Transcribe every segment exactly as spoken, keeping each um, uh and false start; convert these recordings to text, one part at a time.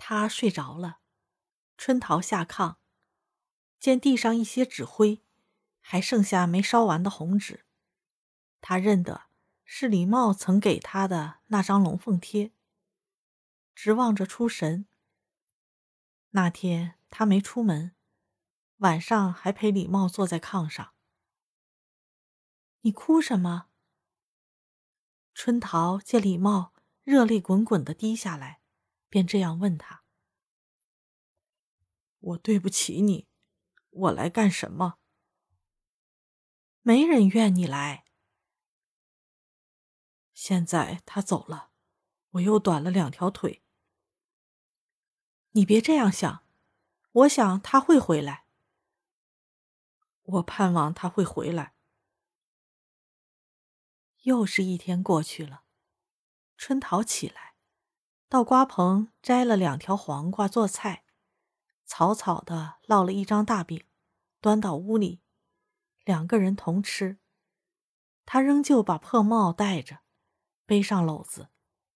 他睡着了，春桃下炕，见地上一些纸灰，还剩下没烧完的红纸，他认得是李茂曾给他的那张龙凤贴，直望着出神。那天他没出门，晚上还陪李茂坐在炕上。你哭什么？春桃见李茂热泪滚滚地滴下来，便这样问他。 我对不起你，我来干什么？ 没人怨你来。 现在他走了，我又短了两条腿。 你别这样想，我想他会回来。 我盼望他会回来。 又是一天过去了，春桃起来，到瓜棚摘了两条黄瓜做菜，草草地烙了一张大饼，端到屋里，两个人同吃。他仍旧把破帽戴着，背上篓子。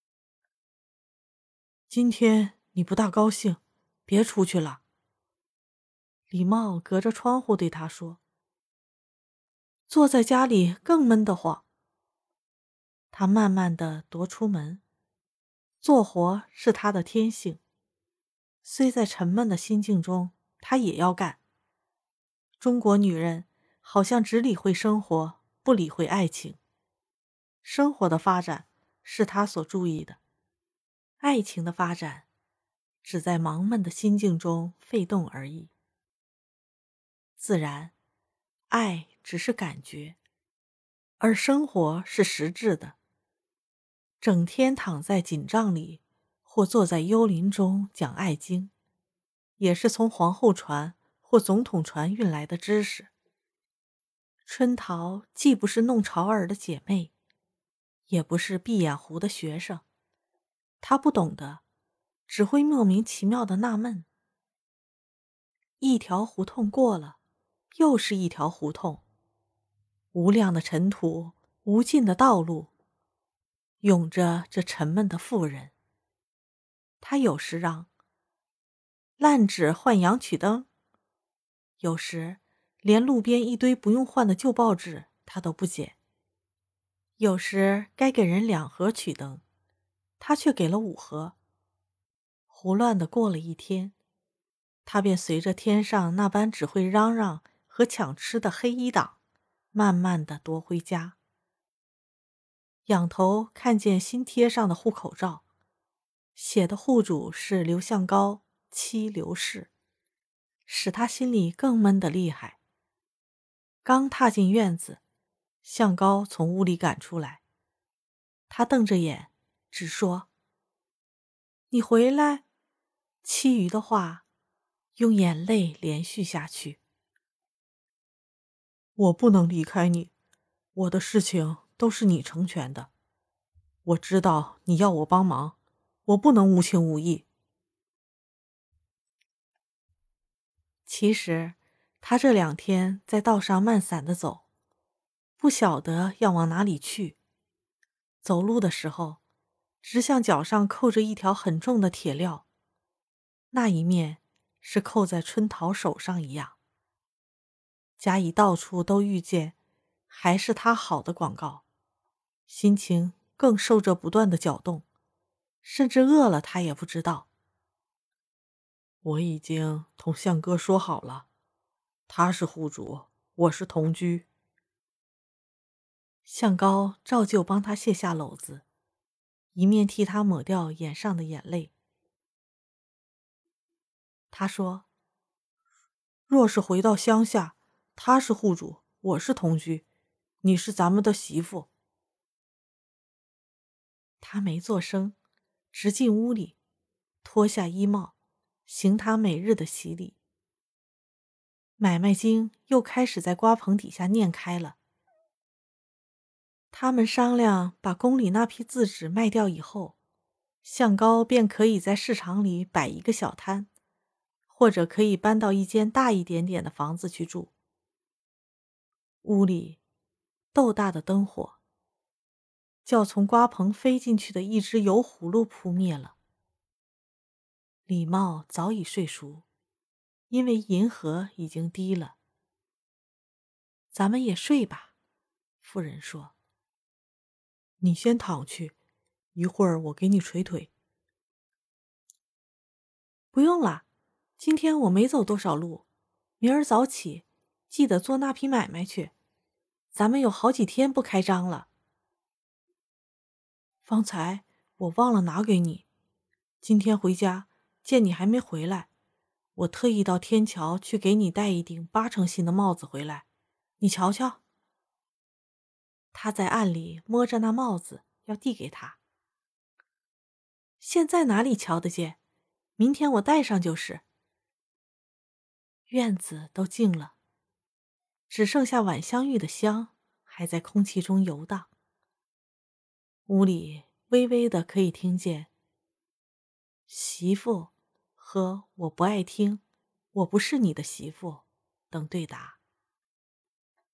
今天你不大高兴，别出去了。 李茂隔着窗户对他说。坐在家里更闷得慌。他慢慢地踱出门，做活是他的天性，虽在沉闷的心境中，他也要干。中国女人好像只理会生活，不理会爱情。生活的发展是他所注意的，爱情的发展只在忙闷的心境中沸动而已。自然，爱只是感觉，而生活是实质的。整天躺在锦帐里，或坐在幽林中讲爱经，也是从皇后船或总统船运来的知识。春桃既不是弄潮儿的姐妹，也不是闭眼湖的学生，她不懂得，只会莫名其妙的纳闷。一条胡同过了，又是一条胡同，无量的尘土，无尽的道路，涌着这沉闷的妇人。他有时让烂纸换洋曲灯，有时连路边一堆不用换的旧报纸他都不捡，有时该给人两盒曲灯，他却给了五盒。胡乱地过了一天，他便随着天上那般只会嚷嚷和抢吃的黑衣党，慢慢地踱回家。仰头看见新贴上的户口照，写的户主是刘向高，妻刘氏，使他心里更闷得厉害。刚踏进院子，向高从屋里赶出来，他瞪着眼，只说：“你回来。”其余的话用眼泪连续下去。 我不能离开你，我的事情都是你成全的。我知道你要我帮忙，我不能无情无义。 其实他这两天在道上慢散地走，不晓得要往哪里去。走路的时候，只像脚上扣着一条很重的铁镣，那一面是扣在春桃手上一样。假以到处都遇见，还是他好的广告，心情更受着不断的搅动，甚至饿了他也不知道。 我已经同向哥说好了，他是户主，我是同居。 向高照旧帮他卸下篓子，一面替他抹掉眼上的眼泪。他说：“ 若是回到乡下，他是户主，我是同居，你是咱们的媳妇。” 他没作声，直进屋里，脱下衣帽，行他每日的洗礼。买卖经又开始在瓜棚底下念开了。他们商量把宫里那批字纸卖掉以后，向高便可以在市场里摆一个小摊，或者可以搬到一间大一点点的房子去住。屋里豆大的灯火，叫从瓜棚飞进去的一只油葫芦扑灭了。 李茂早已睡熟，因为银河已经低了。咱们也睡吧，妇人说。 你先躺去，一会儿我给你捶腿。 不用了，今天我没走多少路，明儿早起，记得做那批买卖去。咱们有好几天不开张了。 方才我忘了拿给你，今天回家见你还没回来，我特意到天桥去给你带一顶八成新的帽子回来，你瞧瞧。 他在暗里摸着那帽子，要递给他。现在哪里瞧得见？明天我戴上就是。院子都静了，只剩下晚香玉的香还在空气中游荡。屋里微微的可以听见媳妇和我不爱听，我不是你的媳妇等对答。